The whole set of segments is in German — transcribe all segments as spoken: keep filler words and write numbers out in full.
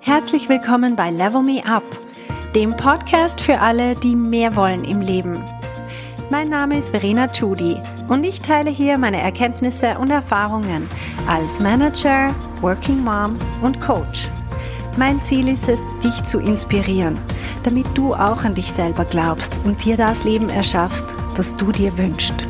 Herzlich willkommen bei Level Me Up, dem Podcast für alle, die mehr wollen im Leben. Mein Name ist Verena Tschudi und ich teile hier meine Erkenntnisse und Erfahrungen als Manager, Working Mom und Coach. Mein Ziel ist es, dich zu inspirieren, damit du auch an dich selber glaubst und dir das Leben erschaffst, das du dir wünschst.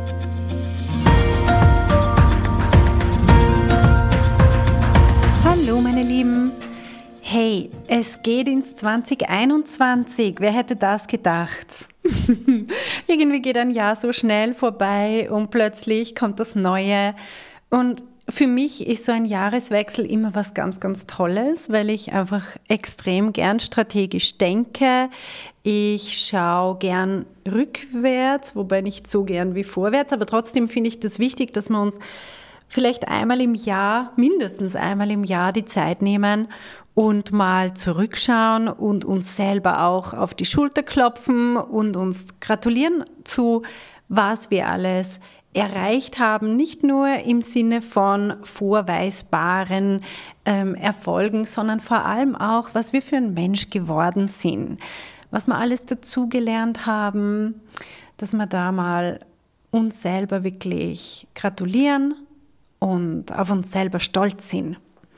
Hallo meine Lieben! Hey, es geht ins zwanzig einundzwanzig. Wer hätte das gedacht? Irgendwie geht ein Jahr so schnell vorbei und plötzlich kommt das Neue. Und für mich ist so ein Jahreswechsel immer was ganz, ganz Tolles, weil ich einfach extrem gern strategisch denke. Ich schaue gern rückwärts, wobei nicht so gern wie vorwärts, aber trotzdem finde ich das wichtig, dass wir uns vielleicht einmal im Jahr, mindestens einmal im Jahr die Zeit nehmen und mal zurückschauen und uns selber auch auf die Schulter klopfen und uns gratulieren zu, was wir alles erreicht haben. Nicht nur im Sinne von vorweisbaren ähm, Erfolgen, sondern vor allem auch, was wir für ein Mensch geworden sind, was wir alles dazugelernt haben, dass wir da mal uns selber wirklich gratulieren und auf uns selber stolz sind.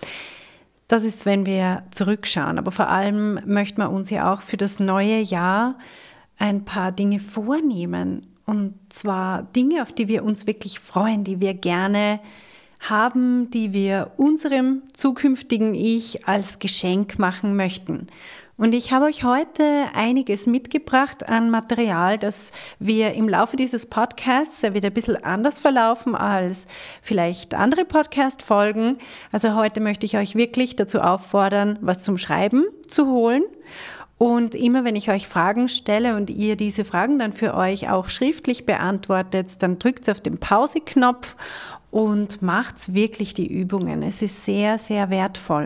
Das ist, wenn wir zurückschauen. Aber vor allem möchten wir uns ja auch für das neue Jahr ein paar Dinge vornehmen. Und zwar Dinge, auf die wir uns wirklich freuen, die wir gerne haben, die wir unserem zukünftigen Ich als Geschenk machen möchten. Und ich habe euch heute einiges mitgebracht an Material, das wir im Laufe dieses Podcasts, der wird ein bisschen anders verlaufen als vielleicht andere Podcast-Folgen. Also heute möchte ich euch wirklich dazu auffordern, was zum Schreiben zu holen. Und immer wenn ich euch Fragen stelle und ihr diese Fragen dann für euch auch schriftlich beantwortet, dann drückt auf den Pause-Knopf und macht wirklich die Übungen. Es ist sehr, sehr wertvoll.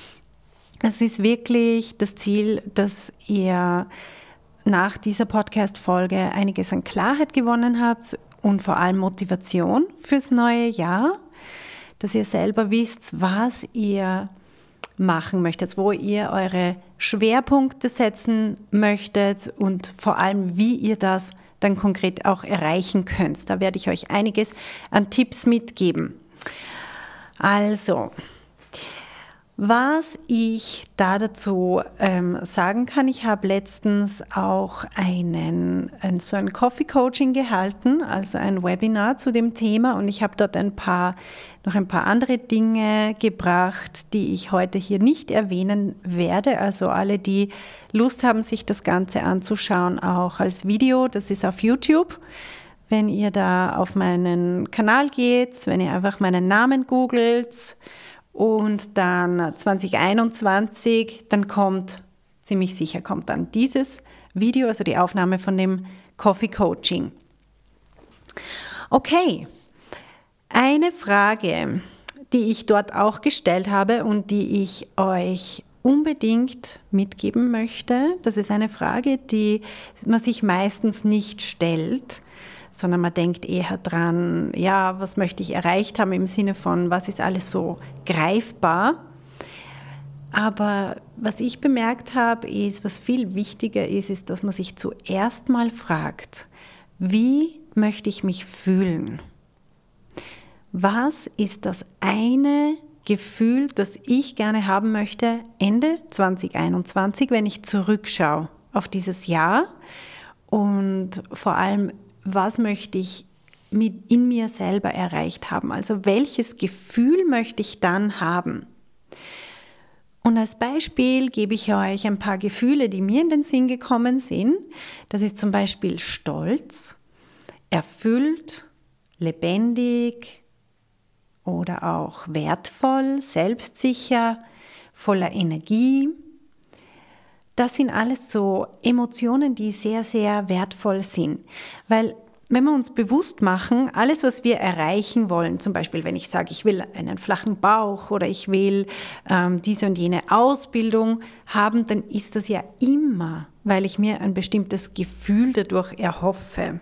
Es ist wirklich das Ziel, dass ihr nach dieser Podcast-Folge einiges an Klarheit gewonnen habt und vor allem Motivation fürs neue Jahr, dass ihr selber wisst, was ihr machen möchtet, wo ihr eure Schwerpunkte setzen möchtet und vor allem, wie ihr das dann konkret auch erreichen könnt. Da werde ich euch einiges an Tipps mitgeben. Also, was ich da dazu ähm, sagen kann, ich habe letztens auch einen, ein, so ein Coffee-Coaching gehalten, also ein Webinar zu dem Thema, und ich habe dort ein paar, noch ein paar andere Dinge gebracht, die ich heute hier nicht erwähnen werde. Also alle, die Lust haben, sich das Ganze anzuschauen, auch als Video, das ist auf YouTube. Wenn ihr da auf meinen Kanal geht, wenn ihr einfach meinen Namen googelt, und dann zwanzig einundzwanzig, dann kommt, ziemlich sicher kommt dann dieses Video, also die Aufnahme von dem Coffee Coaching. Okay, eine Frage, die ich dort auch gestellt habe und die ich euch unbedingt mitgeben möchte, das ist eine Frage, die man sich meistens nicht stellt, sondern man denkt eher dran, ja, was möchte ich erreicht haben im Sinne von, was ist alles so greifbar. Aber was ich bemerkt habe, ist, was viel wichtiger ist, ist, dass man sich zuerst mal fragt, wie möchte ich mich fühlen? Was ist das eine Gefühl, das ich gerne haben möchte Ende zwanzig einundzwanzig, wenn ich zurückschaue auf dieses Jahr? Und vor allem, was möchte ich mit in mir selber erreicht haben? Also welches Gefühl möchte ich dann haben? Und als Beispiel gebe ich euch ein paar Gefühle, die mir in den Sinn gekommen sind. Das ist zum Beispiel Stolz, erfüllt, lebendig oder auch wertvoll, selbstsicher, voller Energie. Das sind alles so Emotionen, die sehr, sehr wertvoll sind, weil wenn wir uns bewusst machen, alles, was wir erreichen wollen, zum Beispiel, wenn ich sage, ich will einen flachen Bauch oder ich will ähm, diese und jene Ausbildung haben, dann ist das ja immer, weil ich mir ein bestimmtes Gefühl dadurch erhoffe.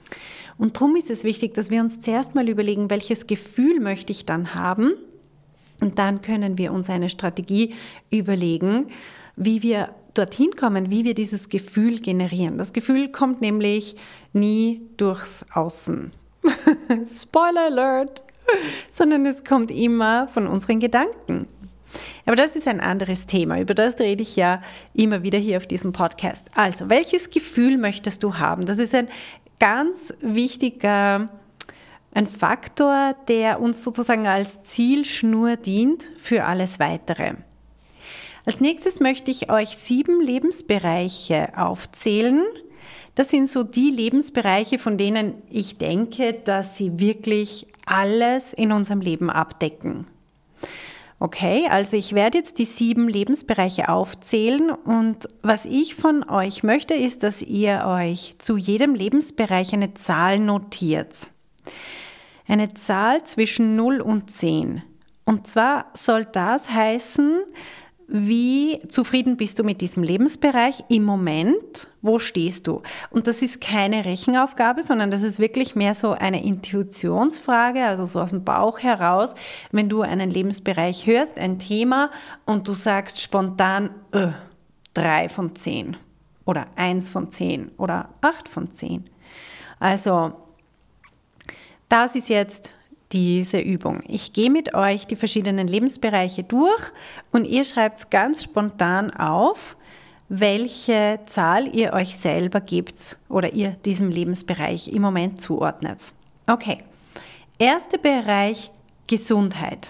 Und darum ist es wichtig, dass wir uns zuerst mal überlegen, welches Gefühl möchte ich dann haben Und dann können wir uns eine Strategie überlegen, wie wir dorthin kommen, wie wir dieses Gefühl generieren. Das Gefühl kommt nämlich nie durchs Außen. Spoiler Alert! Sondern es kommt immer von unseren Gedanken. Aber das ist ein anderes Thema, über das rede ich ja immer wieder hier auf diesem Podcast. Also, welches Gefühl möchtest du haben? Das ist ein ganz wichtiger ein Faktor, der uns sozusagen als Zielschnur dient für alles Weitere. Als nächstes möchte ich euch sieben Lebensbereiche aufzählen. Das sind so die Lebensbereiche, von denen ich denke, dass sie wirklich alles in unserem Leben abdecken. Okay, also ich werde jetzt die sieben Lebensbereiche aufzählen und was ich von euch möchte, ist, dass ihr euch zu jedem Lebensbereich eine Zahl notiert. Eine Zahl zwischen null und zehn. Und zwar soll das heißen, wie zufrieden bist du mit diesem Lebensbereich im Moment? Wo stehst du? Und das ist keine Rechenaufgabe, sondern das ist wirklich mehr so eine Intuitionsfrage, also so aus dem Bauch heraus. Wenn du einen Lebensbereich hörst, ein Thema und du sagst spontan äh, drei von zehn oder eins von zehn oder acht von zehn. Also das ist jetzt diese Übung. Ich gehe mit euch die verschiedenen Lebensbereiche durch und ihr schreibt ganz spontan auf, welche Zahl ihr euch selber gebt oder ihr diesem Lebensbereich im Moment zuordnet. Okay, erster Bereich Gesundheit.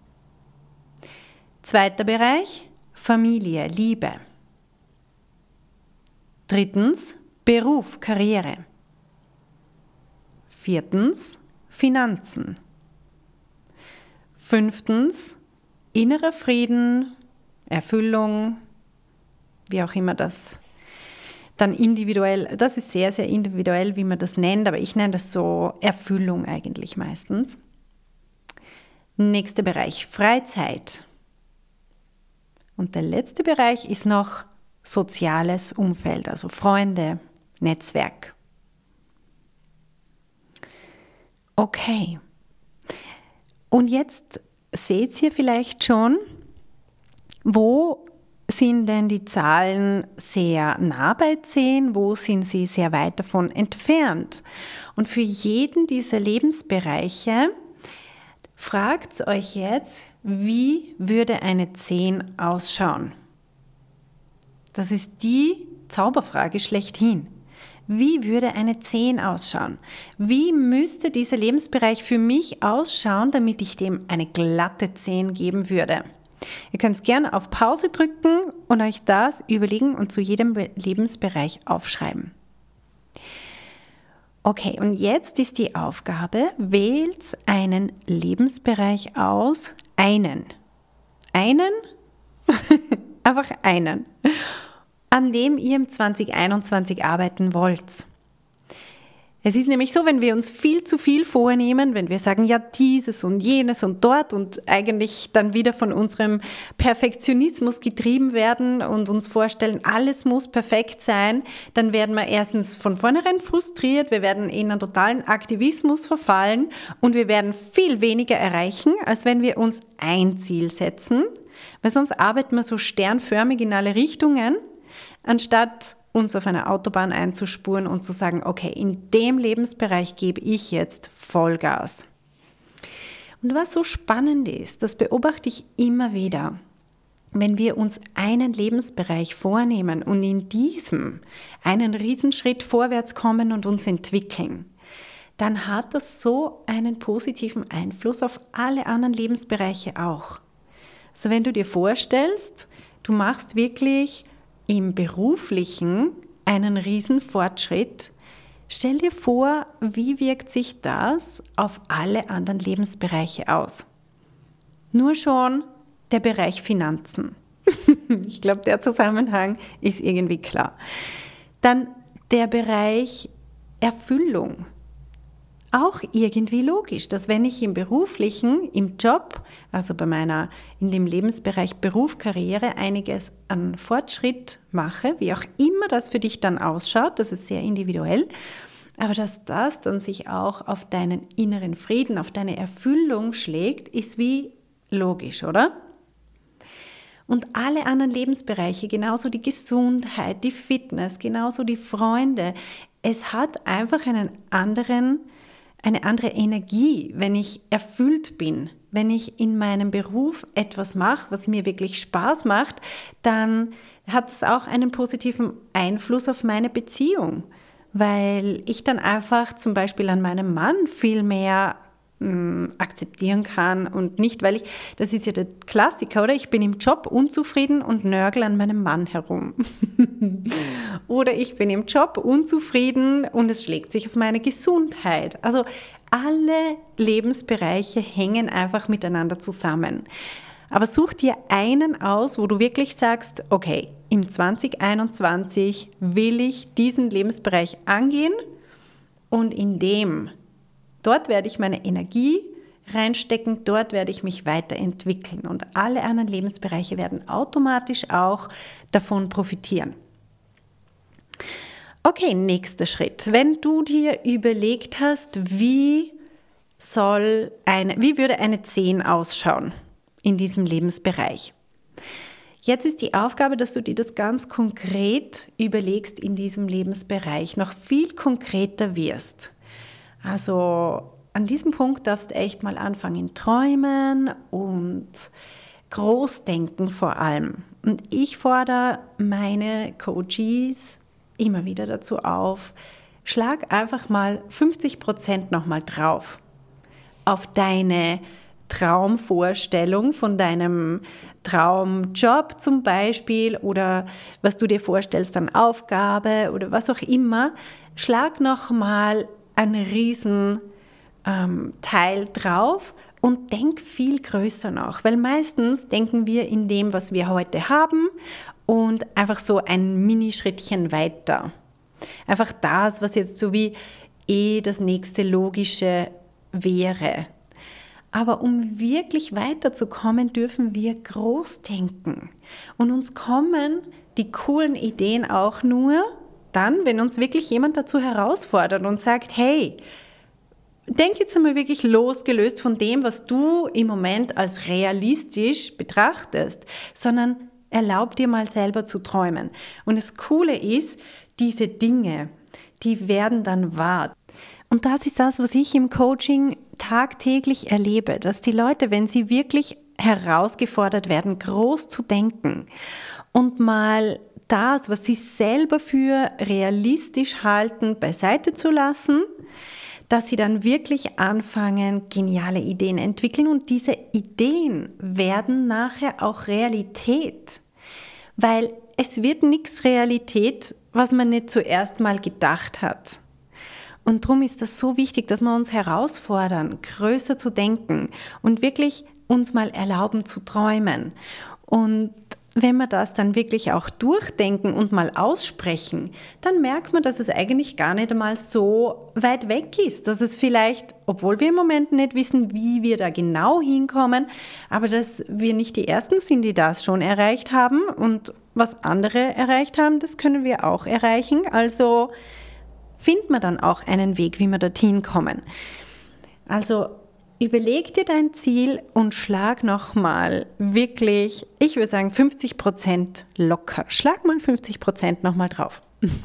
Zweiter Bereich Familie, Liebe. Drittens Beruf, Karriere. Viertens Finanzen. Fünftens, innerer Frieden, Erfüllung, wie auch immer das dann individuell, das ist sehr, sehr individuell, wie man das nennt, aber ich nenne das so Erfüllung eigentlich meistens. Nächster Bereich, Freizeit. Und der letzte Bereich ist noch soziales Umfeld, also Freunde, Netzwerk. Okay. Und jetzt seht ihr vielleicht schon, wo sind denn die Zahlen sehr nah bei zehn, wo sind sie sehr weit davon entfernt? Und für jeden dieser Lebensbereiche fragt euch jetzt, wie würde eine zehn ausschauen? Das ist die Zauberfrage schlechthin. Wie würde eine zehn ausschauen? Wie müsste dieser Lebensbereich für mich ausschauen, damit ich dem eine glatte zehn geben würde? Ihr könnt es gerne auf Pause drücken und euch das überlegen und zu jedem Lebensbereich aufschreiben. Okay, und jetzt ist die Aufgabe, wählt einen Lebensbereich aus, einen. Einen? Einfach einen. An dem ihr im zwanzig einundzwanzig arbeiten wollt. Es ist nämlich so, wenn wir uns viel zu viel vornehmen, wenn wir sagen, ja dieses und jenes und dort und eigentlich dann wieder von unserem Perfektionismus getrieben werden und uns vorstellen, alles muss perfekt sein, dann werden wir erstens von vornherein frustriert, wir werden in einen totalen Aktivismus verfallen und wir werden viel weniger erreichen, als wenn wir uns ein Ziel setzen, weil sonst arbeiten wir so sternförmig in alle Richtungen, anstatt uns auf einer Autobahn einzuspuren und zu sagen, okay, in dem Lebensbereich gebe ich jetzt Vollgas. Und was so spannend ist, das beobachte ich immer wieder, wenn wir uns einen Lebensbereich vornehmen und in diesem einen Riesenschritt vorwärts kommen und uns entwickeln, dann hat das so einen positiven Einfluss auf alle anderen Lebensbereiche auch. Also wenn du dir vorstellst, du machst wirklich im Beruflichen einen riesen Fortschritt. Stell dir vor, wie wirkt sich das auf alle anderen Lebensbereiche aus? Nur schon der Bereich Finanzen. Ich glaube, der Zusammenhang ist irgendwie klar. Dann der Bereich Erfüllung. Auch irgendwie logisch, dass wenn ich im Beruflichen, im Job, also bei meiner, in dem Lebensbereich Beruf, Karriere, einiges an Fortschritt mache, wie auch immer das für dich dann ausschaut, das ist sehr individuell, aber dass das dann sich auch auf deinen inneren Frieden, auf deine Erfüllung schlägt, ist wie Logisch, oder? Und alle anderen Lebensbereiche, genauso die Gesundheit, die Fitness, genauso die Freunde, es hat einfach einen anderen, eine andere Energie, wenn ich erfüllt bin. Wenn ich in meinem Beruf etwas mache, was mir wirklich Spaß macht, dann hat es auch einen positiven Einfluss auf meine Beziehung, weil ich dann einfach zum Beispiel an meinem Mann viel mehr akzeptieren kann und nicht, weil ich, das ist ja der Klassiker, oder? Ich bin im Job unzufrieden und nörgel an meinem Mann herum. Oder ich bin im Job unzufrieden und es schlägt sich auf meine Gesundheit. Also alle Lebensbereiche hängen einfach miteinander zusammen. Aber such dir einen aus, wo du wirklich sagst, okay, im zwanzig einundzwanzig will ich diesen Lebensbereich angehen und in dem Dort werde ich meine Energie reinstecken, dort werde ich mich weiterentwickeln und alle anderen Lebensbereiche werden automatisch auch davon profitieren. Okay, nächster Schritt. Wenn du dir überlegt hast, wie soll eine, wie würde eine zehn ausschauen in diesem Lebensbereich? Jetzt ist die Aufgabe, dass du dir das ganz konkret überlegst in diesem Lebensbereich, noch viel konkreter wirst. Also an diesem Punkt darfst du echt mal anfangen, träumen und Großdenken vor allem. Und ich fordere meine Coaches immer wieder dazu auf, schlag einfach mal fünfzig Prozent nochmal drauf auf deine Traumvorstellung von deinem Traumjob zum Beispiel oder was du dir vorstellst an Aufgabe oder was auch immer. Schlag nochmal einen riesen ähm, Teil drauf und denk viel größer nach, weil meistens denken wir in dem, was wir heute haben und einfach so ein Minischrittchen weiter. Einfach das, was jetzt so wie eh das nächste Logische wäre. Aber um wirklich weiterzukommen, dürfen wir groß denken und uns kommen die coolen Ideen auch nur dann, wenn uns wirklich jemand dazu herausfordert und sagt, hey, denk jetzt einmal wirklich losgelöst von dem, was du im Moment als realistisch betrachtest, sondern erlaub dir mal selber zu träumen. Und das Coole ist, diese Dinge, die werden dann wahr. Und das ist das, was ich im Coaching tagtäglich erlebe, dass die Leute, wenn sie wirklich herausgefordert werden, groß zu denken und mal das, was sie selber für realistisch halten, beiseite zu lassen, dass sie dann wirklich anfangen, geniale Ideen entwickeln und diese Ideen werden nachher auch Realität, weil es wird nichts Realität, was man nicht zuerst mal gedacht hat. Und darum ist das so wichtig, dass wir uns herausfordern, größer zu denken und wirklich uns mal erlauben zu träumen. Und wenn wir das dann wirklich auch durchdenken und mal aussprechen, dann merkt man, dass es eigentlich gar nicht einmal so weit weg ist, dass es vielleicht, obwohl wir im Moment nicht wissen, wie wir da genau hinkommen, aber dass wir nicht die Ersten sind, die das schon erreicht haben und was andere erreicht haben, das können wir auch erreichen. Also findet man dann auch einen Weg, wie wir dorthin kommen. Also überleg dir dein Ziel und schlag nochmal wirklich, ich würde sagen fünfzig Prozent locker. Schlag mal fünfzig Prozent nochmal drauf.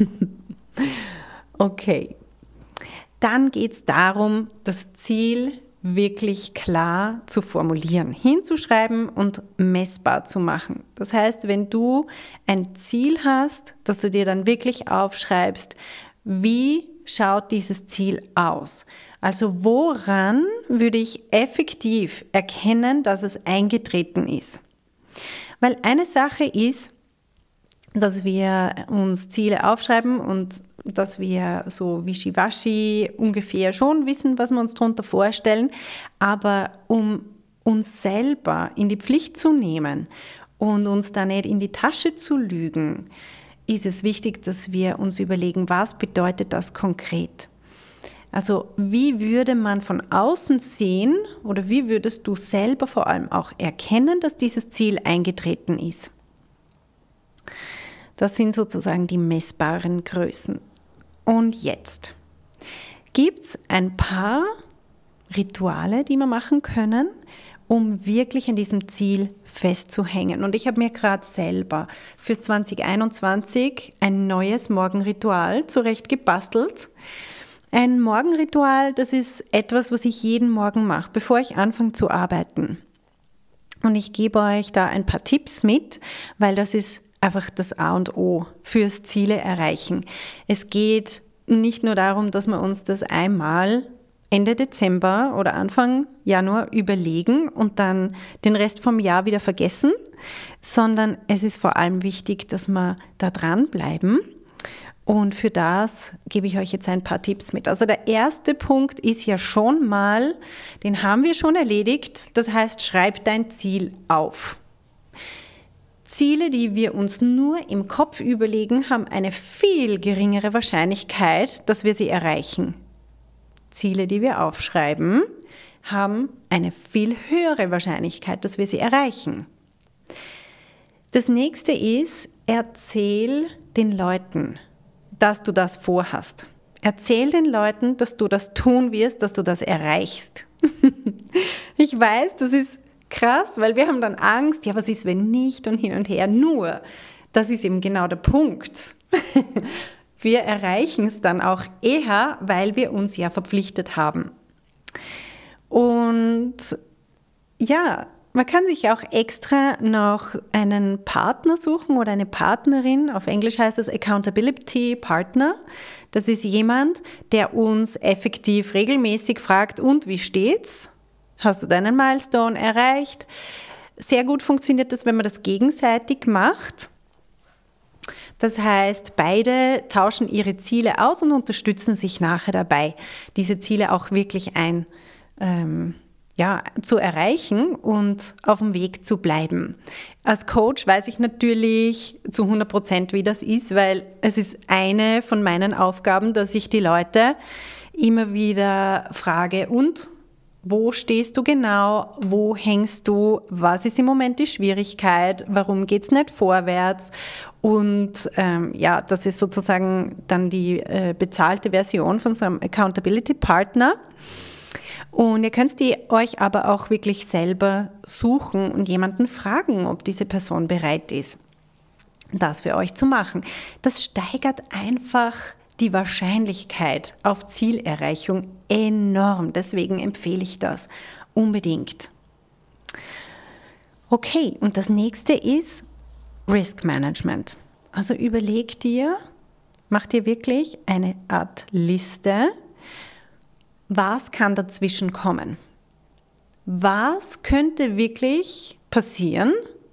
Okay. Dann geht es darum, das Ziel wirklich klar zu formulieren, hinzuschreiben und messbar zu machen. Das heißt, wenn du ein Ziel hast, dass du dir dann wirklich aufschreibst, wie schaut dieses Ziel aus? Also woran würde ich effektiv erkennen, dass es eingetreten ist? Weil eine Sache ist, dass wir uns Ziele aufschreiben und dass wir so wischiwaschi ungefähr schon wissen, was wir uns darunter vorstellen. Aber um uns selber in die Pflicht zu nehmen und uns da nicht in die Tasche zu lügen, ist es wichtig, dass wir uns überlegen, was bedeutet das konkret? Also wie würde man von außen sehen oder wie würdest du selber vor allem auch erkennen, dass dieses Ziel eingetreten ist? Das sind sozusagen die messbaren Größen. Und jetzt gibt es ein paar Rituale, die wir machen können, um wirklich an diesem Ziel festzuhängen. Und ich habe mir gerade selber für zwanzig einundzwanzig ein neues Morgenritual zurecht gebastelt. Ein Morgenritual, das ist etwas, was ich jeden Morgen mache, bevor ich anfange zu arbeiten. Und ich gebe euch da ein paar Tipps mit, weil das ist einfach das A und O fürs Ziele erreichen. Es geht nicht nur darum, dass wir uns das einmal Ende Dezember oder Anfang Januar überlegen und dann den Rest vom Jahr wieder vergessen, sondern es ist vor allem wichtig, dass wir da dranbleiben. Und für das gebe ich euch jetzt ein paar Tipps mit. Also der erste Punkt ist ja schon mal, den haben wir schon erledigt, das heißt, schreib dein Ziel auf. Ziele, die wir uns nur im Kopf überlegen, haben eine viel geringere Wahrscheinlichkeit, dass wir sie erreichen. Ziele, die wir aufschreiben, haben eine viel höhere Wahrscheinlichkeit, dass wir sie erreichen. Das nächste ist, erzähl den Leuten, dass du das vorhast. Erzähl den Leuten, dass du das tun wirst, dass du das erreichst. Ich weiß, das ist krass, weil wir haben dann Angst, ja, was ist, wenn nicht und hin und her. Nur, das ist eben genau der Punkt. Wir erreichen es dann auch eher, weil wir uns ja verpflichtet haben. Und ja, man kann sich auch extra noch einen Partner suchen oder eine Partnerin. Auf Englisch heißt es Accountability Partner. Das ist jemand, der uns effektiv regelmäßig fragt, und wie steht's? Hast du deinen Milestone erreicht? Sehr gut funktioniert das, wenn man das gegenseitig macht. Das heißt, beide tauschen ihre Ziele aus und unterstützen sich nachher dabei, diese Ziele auch wirklich ein, ähm, ja, zu erreichen und auf dem Weg zu bleiben. Als Coach weiß ich natürlich zu hundert Prozent, wie das ist, weil es ist eine von meinen Aufgaben, dass ich die Leute immer wieder frage, und wo stehst du genau? Wo hängst du? Was ist im Moment die Schwierigkeit? Warum geht es nicht vorwärts? Und ähm, ja, das ist sozusagen dann die äh, bezahlte Version von so einem Accountability Partner. Und ihr könnt die euch aber auch wirklich selber suchen und jemanden fragen, ob diese Person bereit ist, das für euch zu machen. Das steigert einfach die Wahrscheinlichkeit auf Zielerreichung enorm. Deswegen empfehle ich das unbedingt. Okay, und das nächste ist Risk Management. Also überleg dir, mach dir wirklich eine Art Liste. Was kann dazwischen kommen? Was könnte wirklich passieren,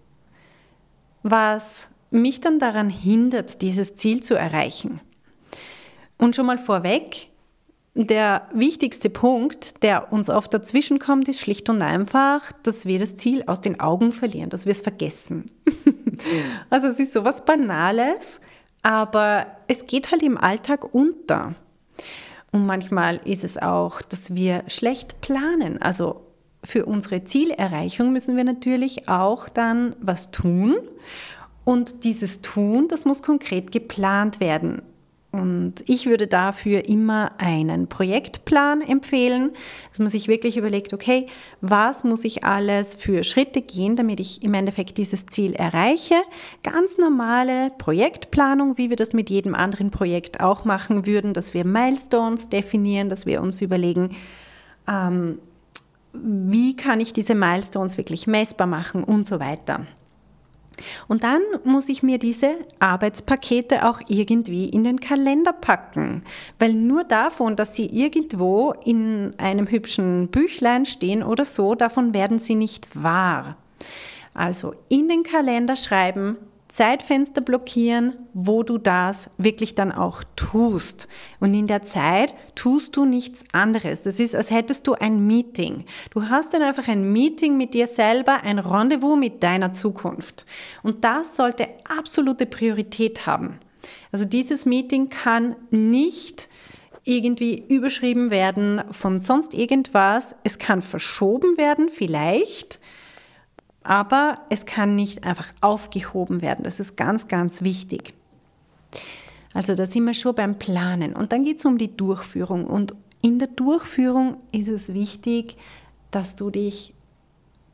was mich dann daran hindert, dieses Ziel zu erreichen? Und schon mal vorweg, der wichtigste Punkt, der uns oft dazwischen kommt, ist schlicht und einfach, dass wir das Ziel aus den Augen verlieren, dass wir es vergessen. Also es ist sowas Banales, aber es geht halt im Alltag unter. Und manchmal ist es auch, dass wir schlecht planen. Also für unsere Zielerreichung müssen wir natürlich auch dann was tun. Und dieses Tun, das muss konkret geplant werden. Und ich würde dafür immer einen Projektplan empfehlen, dass man sich wirklich überlegt, okay, was muss ich alles für Schritte gehen, damit ich im Endeffekt dieses Ziel erreiche. Ganz normale Projektplanung, wie wir das mit jedem anderen Projekt auch machen würden, dass wir Milestones definieren, dass wir uns überlegen, ähm, wie kann ich diese Milestones wirklich messbar machen und so weiter. Und dann muss ich mir diese Arbeitspakete auch irgendwie in den Kalender packen, weil nur davon, dass sie irgendwo in einem hübschen Büchlein stehen oder so, davon werden sie nicht wahr. Also in den Kalender schreiben, Zeitfenster blockieren, wo du das wirklich dann auch tust. Und in der Zeit tust du nichts anderes. Das ist, als hättest du ein Meeting. Du hast dann einfach ein Meeting mit dir selber, ein Rendezvous mit deiner Zukunft. Und das sollte absolute Priorität haben. Also dieses Meeting kann nicht irgendwie überschrieben werden von sonst irgendwas. Es kann verschoben werden, vielleicht. Aber es kann nicht einfach aufgehoben werden. Das ist ganz, ganz wichtig. Also da sind wir schon beim Planen. Und dann geht es um die Durchführung. Und in der Durchführung ist es wichtig, dass du dich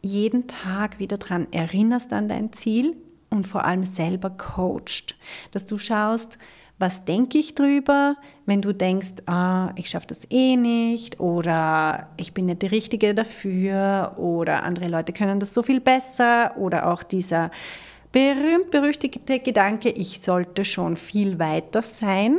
jeden Tag wieder dran erinnerst an dein Ziel und vor allem selber coachst, dass du schaust, was denke ich drüber, wenn du denkst, ah, ich schaffe das eh nicht oder ich bin nicht die Richtige dafür oder andere Leute können das so viel besser oder auch dieser berühmt-berüchtigte Gedanke, ich sollte schon viel weiter sein.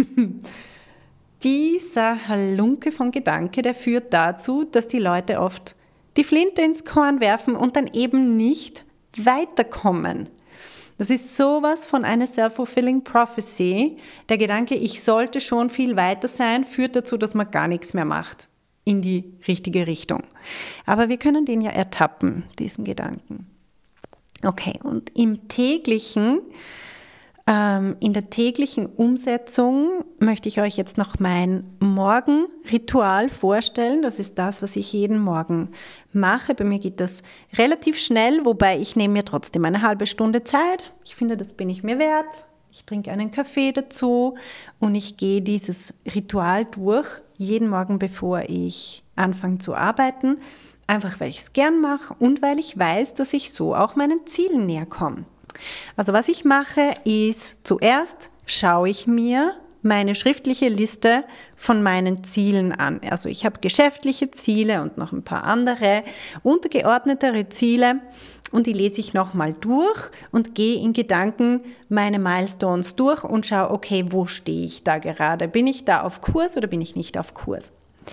Dieser Halunke von Gedanke, der führt dazu, dass die Leute oft die Flinte ins Korn werfen und dann eben nicht weiterkommen. Das ist sowas von einer self-fulfilling prophecy. Der Gedanke, ich sollte schon viel weiter sein, führt dazu, dass man gar nichts mehr macht in die richtige Richtung. Aber wir können den ja ertappen, diesen Gedanken. Okay, und im täglichen, ähm, in der täglichen Umsetzung möchte ich euch jetzt noch mein Morgenritual vorstellen. Das ist das, was ich jeden Morgen mache. Bei mir geht das relativ schnell, wobei ich nehme mir trotzdem eine halbe Stunde Zeit. Ich finde, das bin ich mir wert. Ich trinke einen Kaffee dazu und ich gehe dieses Ritual durch, jeden Morgen, bevor ich anfange zu arbeiten. Einfach, weil ich es gern mache und weil ich weiß, dass ich so auch meinen Zielen näher komme. Also was ich mache, ist zuerst schaue ich mir meine schriftliche Liste von meinen Zielen an. Also ich habe geschäftliche Ziele und noch ein paar andere untergeordnetere Ziele und die lese ich nochmal durch und gehe in Gedanken meine Milestones durch und schaue, okay, wo stehe ich da gerade? Bin ich da auf Kurs oder bin ich nicht auf Kurs?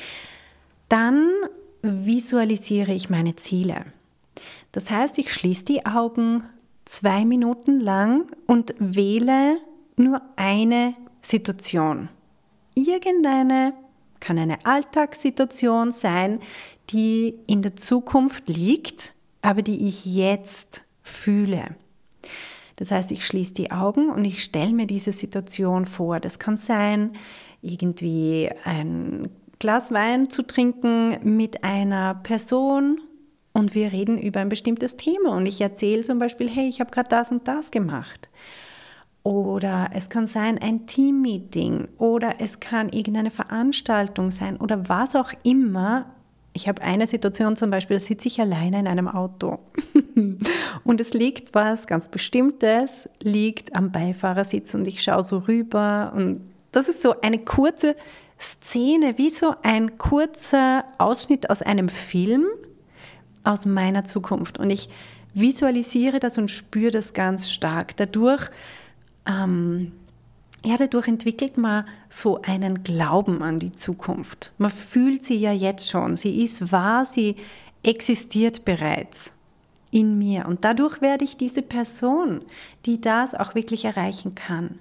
Dann visualisiere ich meine Ziele. Das heißt, ich schließe die Augen zwei Minuten lang und wähle nur eine Situation. Irgendeine, kann eine Alltagssituation sein, die in der Zukunft liegt, aber die ich jetzt fühle. Das heißt, ich schließe die Augen und ich stelle mir diese Situation vor. Das kann sein, irgendwie ein Glas Wein zu trinken mit einer Person und wir reden über ein bestimmtes Thema und ich erzähle zum Beispiel, hey, ich habe gerade das und das gemacht. Oder es kann sein ein Teammeeting oder es kann irgendeine Veranstaltung sein oder was auch immer. Ich habe eine Situation zum Beispiel, da sitze ich alleine in einem Auto und es liegt was ganz Bestimmtes, liegt am Beifahrersitz und ich schaue so rüber und das ist so eine kurze Szene, wie so ein kurzer Ausschnitt aus einem Film aus meiner Zukunft. Und ich visualisiere das und spüre das ganz stark. Dadurch, ähm, ja, dadurch entwickelt man so einen Glauben an die Zukunft. Man fühlt sie ja jetzt schon. Sie ist wahr, sie existiert bereits in mir. Und dadurch werde ich diese Person, die das auch wirklich erreichen kann.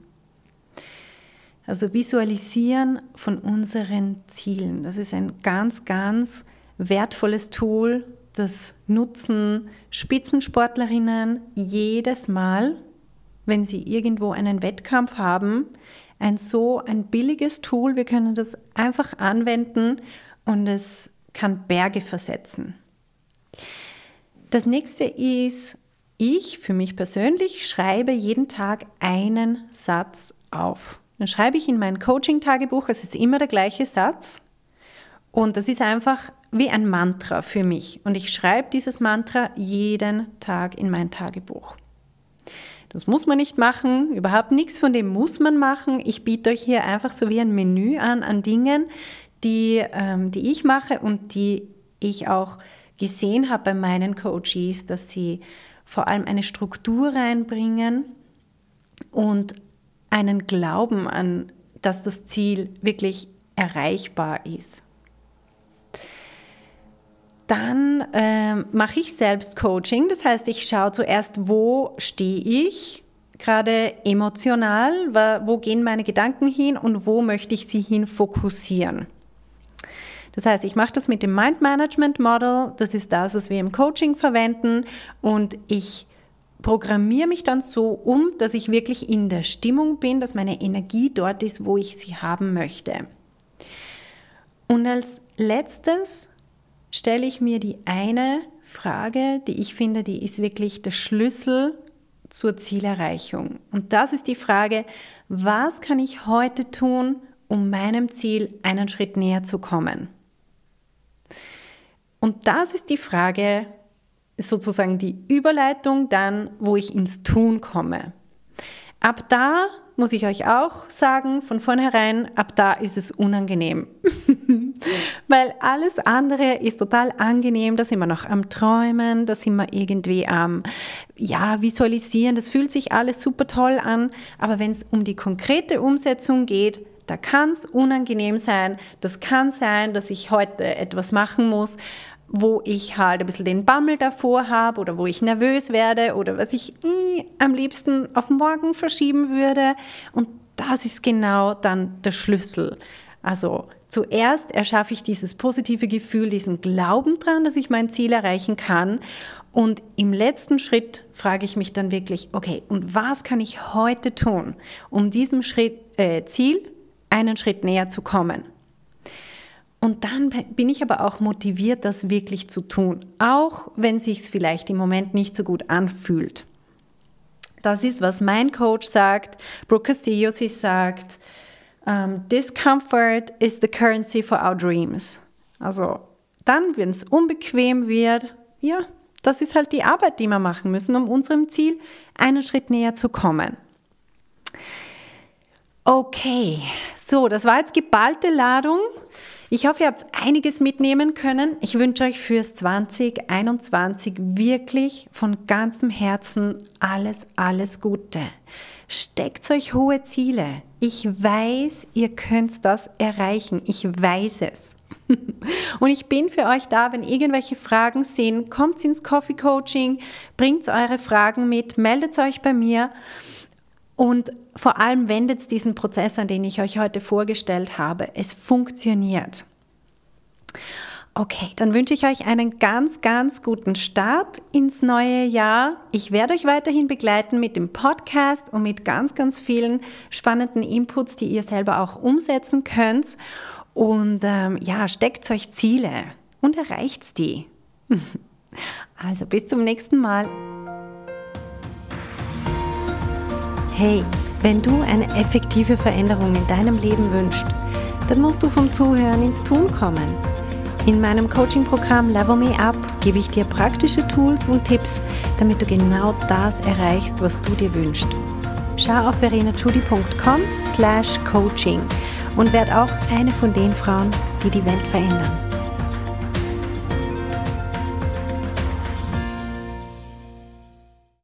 Also visualisieren von unseren Zielen. Das ist ein ganz, ganz wertvolles Tool. Das nutzen Spitzensportlerinnen jedes Mal, wenn sie irgendwo einen Wettkampf haben. Ein so ein billiges Tool. Wir können das einfach anwenden und es kann Berge versetzen. Das nächste ist, ich für mich persönlich schreibe jeden Tag einen Satz auf. Dann schreibe ich in mein Coaching-Tagebuch, es ist immer der gleiche Satz und das ist einfach wie ein Mantra für mich. Und ich schreibe dieses Mantra jeden Tag in mein Tagebuch. Das muss man nicht machen, überhaupt nichts von dem muss man machen. Ich biete euch hier einfach so wie ein Menü an, an Dingen, die, ähm, die ich mache und die ich auch gesehen habe bei meinen Coaches, dass sie vor allem eine Struktur reinbringen und einen Glauben an, dass das Ziel wirklich erreichbar ist. Dann ähm, mache ich selbst Coaching, das heißt, ich schaue zuerst, wo stehe ich gerade emotional, wo gehen meine Gedanken hin und wo möchte ich sie hin fokussieren. Das heißt, ich mache das mit dem Mind Management Model, das ist das, was wir im Coaching verwenden und ich programmiere mich dann so um, dass ich wirklich in der Stimmung bin, dass meine Energie dort ist, wo ich sie haben möchte. Und als letztes stelle ich mir die eine Frage, die ich finde, die ist wirklich der Schlüssel zur Zielerreichung. Und das ist die Frage, was kann ich heute tun, um meinem Ziel einen Schritt näher zu kommen? Und das ist die Frage, ist sozusagen die Überleitung dann, wo ich ins Tun komme. Ab da muss ich euch auch sagen, von vornherein, ab da ist es unangenehm. Weil alles andere ist total angenehm, da sind wir noch am Träumen, da sind wir irgendwie am ja, Visualisieren, das fühlt sich alles super toll an, aber wenn es um die konkrete Umsetzung geht, da kann es unangenehm sein, das kann sein, dass ich heute etwas machen muss, wo ich halt ein bisschen den Bammel davor habe oder wo ich nervös werde oder was ich mh, am liebsten auf morgen verschieben würde. Und das ist genau dann der Schlüssel. Also zuerst erschaffe ich dieses positive Gefühl, diesen Glauben dran, dass ich mein Ziel erreichen kann. Und im letzten Schritt frage ich mich dann wirklich, okay, und was kann ich heute tun, um diesem Schritt, äh, Ziel einen Schritt näher zu kommen? Und dann bin ich aber auch motiviert, das wirklich zu tun, auch wenn es sich vielleicht im Moment nicht so gut anfühlt. Das ist, was mein Coach sagt, Brooke Castillo, sie sagt, um, Discomfort is the currency for our dreams. Also dann, wenn es unbequem wird, ja, das ist halt die Arbeit, die wir machen müssen, um unserem Ziel einen Schritt näher zu kommen. Okay, so, das war jetzt geballte Ladung. Ich hoffe, ihr habt einiges mitnehmen können. Ich wünsche euch fürs zwanzig einundzwanzig wirklich von ganzem Herzen alles, alles Gute. Steckt euch hohe Ziele. Ich weiß, ihr könnt das erreichen. Ich weiß es. Und ich bin für euch da, wenn irgendwelche Fragen sind, kommt ins Coffee Coaching, bringt eure Fragen mit, meldet euch bei mir. Und vor allem wendet diesen Prozess an, den ich euch heute vorgestellt habe. Es funktioniert. Okay, dann wünsche ich euch einen ganz, ganz guten Start ins neue Jahr. Ich werde euch weiterhin begleiten mit dem Podcast und mit ganz, ganz vielen spannenden Inputs, die ihr selber auch umsetzen könnt. Und ähm, ja, steckt euch Ziele und erreicht die. Also bis zum nächsten Mal. Hey, wenn du eine effektive Veränderung in deinem Leben wünschst, dann musst du vom Zuhören ins Tun kommen. In meinem Coaching-Programm Level Me Up gebe ich dir praktische Tools und Tipps, damit du genau das erreichst, was du dir wünschst. Schau auf verena judy punkt com slash coaching und werd auch eine von den Frauen, die die Welt verändern.